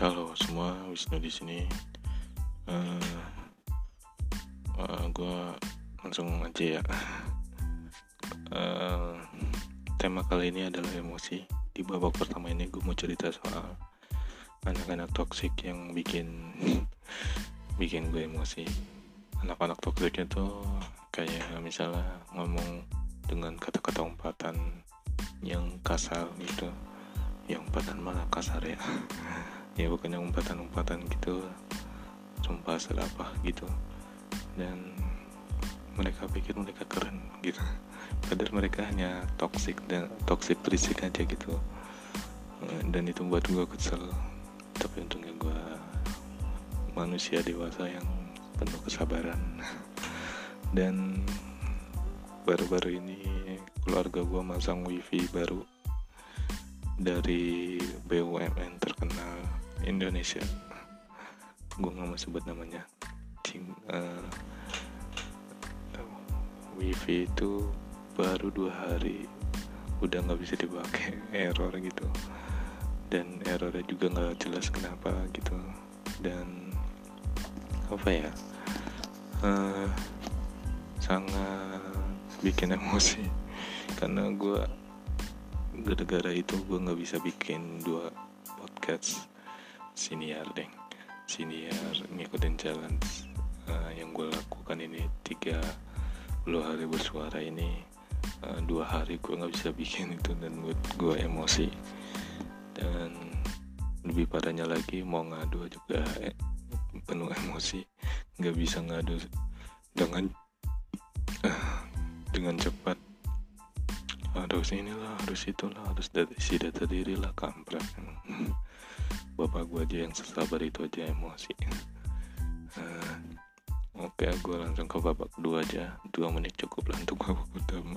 Halo semua, Wisnu di sini. Gue langsung aja ya. Tema kali ini adalah emosi. Di babak pertama ini gue mau cerita soal anak-anak toksik yang bikin gue emosi. Anak-anak toksiknya tuh kayak misalnya ngomong dengan kata-kata umpatan yang kasar gitu. Yang umpatan malah kasar ya. Ya bukannya umpatan-umpatan gitu, sumpah serapah gitu, dan mereka pikir mereka keren gitu, padahal mereka hanya toxic berisik aja gitu. Dan itu buat gue kesel, tapi untungnya gue manusia dewasa yang penuh kesabaran. Dan baru-baru ini keluarga gue masang wifi baru dari BUMN terkenal Indonesia. Gue gak mau sebut namanya. Wifi itu baru 2 hari udah gak bisa dipakai, error gitu. Dan errornya juga gak jelas kenapa gitu. Dan apa ya, sangat bikin emosi. Karena gue gara-gara itu gue gak bisa bikin 2 podcast siniar ngikutin jalan yang gue lakukan ini 30 hari bersuara ini. 2 hari gue gak bisa bikin itu, dan buat gue emosi. Dan lebih parahnya lagi, mau ngadu juga penuh emosi, gak bisa ngadu dengan cepat. Harus inilah, harus itulah, harus isi data diri lah, kampret. Bapak gue aja yang sesabar itu aja emosi. Oke, gue langsung ke babak kedua aja. 2 menit cukup lah untuk babak pertama.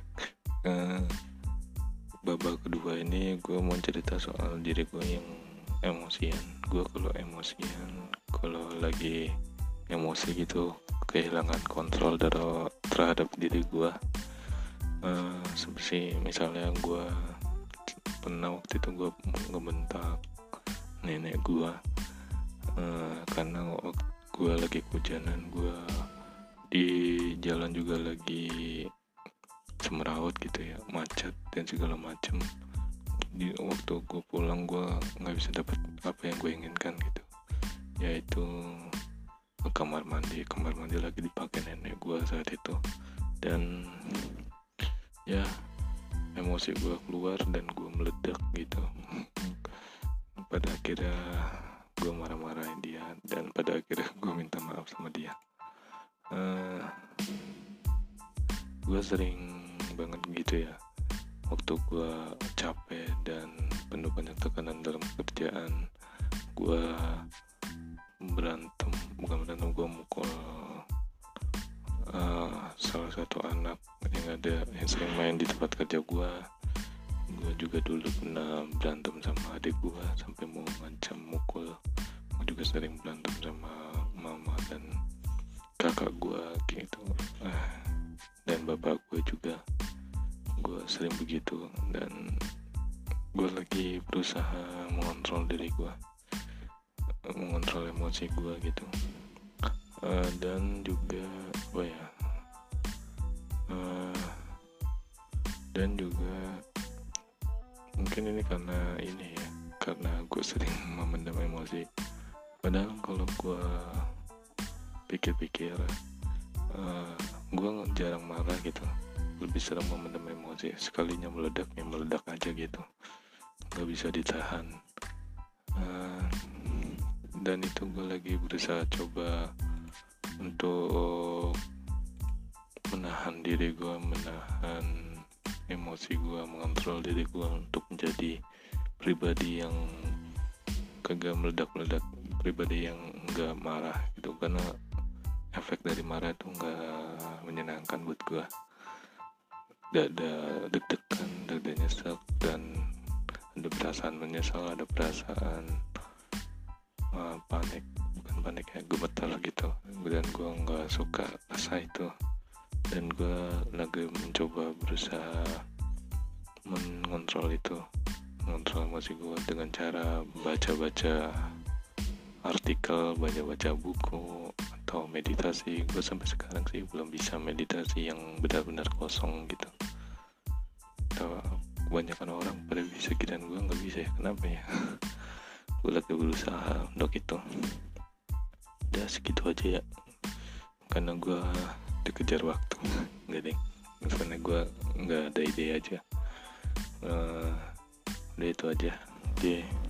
Babak kedua ini gue mau cerita soal diri gue yang emosian. Gue kalau lagi emosi gitu, kehilangan kontrol terhadap diri gue. Seperti misalnya gue pernah waktu itu gue ngebentak nenek gue karena gue lagi kehujanan, gue di jalan juga lagi semeraut gitu ya, macet dan segala macem. Di waktu gue pulang, gue nggak bisa dapat apa yang gue inginkan gitu, yaitu ke kamar mandi lagi dipakai nenek gue saat itu. Dan ya, emosi gue keluar dan gue meledak gitu. Pada akhirnya gue marah-marahin dia, dan pada akhirnya gue minta maaf sama dia. Gue sering banget gitu ya, waktu gue capek dan penuh banyak tekanan dalam pekerjaan, gue gue mukul salah satu anak yang sering main di tempat kerja gue. Gue juga dulu pernah berantem sama adik gue sampai mau ngancam mukul. Gue juga sering berantem sama mama dan kakak gue gitu, dan bapak gue juga. Gue sering begitu, dan gue lagi berusaha mengontrol diri gue, mengontrol emosi gue gitu. Dan juga dan juga mungkin ini karena gue sering memendam emosi. Padahal kalau gue pikir-pikir, gue jarang marah gitu, lebih sering memendam emosi. Sekalinya meledak aja gitu, gak bisa ditahan. Dan itu gue lagi berusaha coba untuk menahan diri gue, menahan emosi gue, mengontrol diri gue untuk menjadi pribadi yang kagak meledak-meledak, pribadi yang gak marah gitu. Karena efek dari marah itu gak menyenangkan buat gue. Ada deg-degan, dadanya nyesek, dan ada perasaan menyesal, ada perasaan panik ya, gemetar gitu. Dan gue gak suka rasa itu, dan gue lagi mencoba berusaha mengontrol itu. ngontrol emosi gue dengan cara baca-baca artikel, baca-baca buku, atau meditasi. Gue sampai sekarang sih belum bisa meditasi yang benar-benar kosong gitu. Atau kebanyakan orang pada bisa dan gue nggak bisa ya, kenapa ya? Gue lagi berusaha untuk itu. Udah segitu aja ya, karena gue dikejar waktu. Nggak deh, karena gue nggak ada ide aja. Udah itu aja. Oke.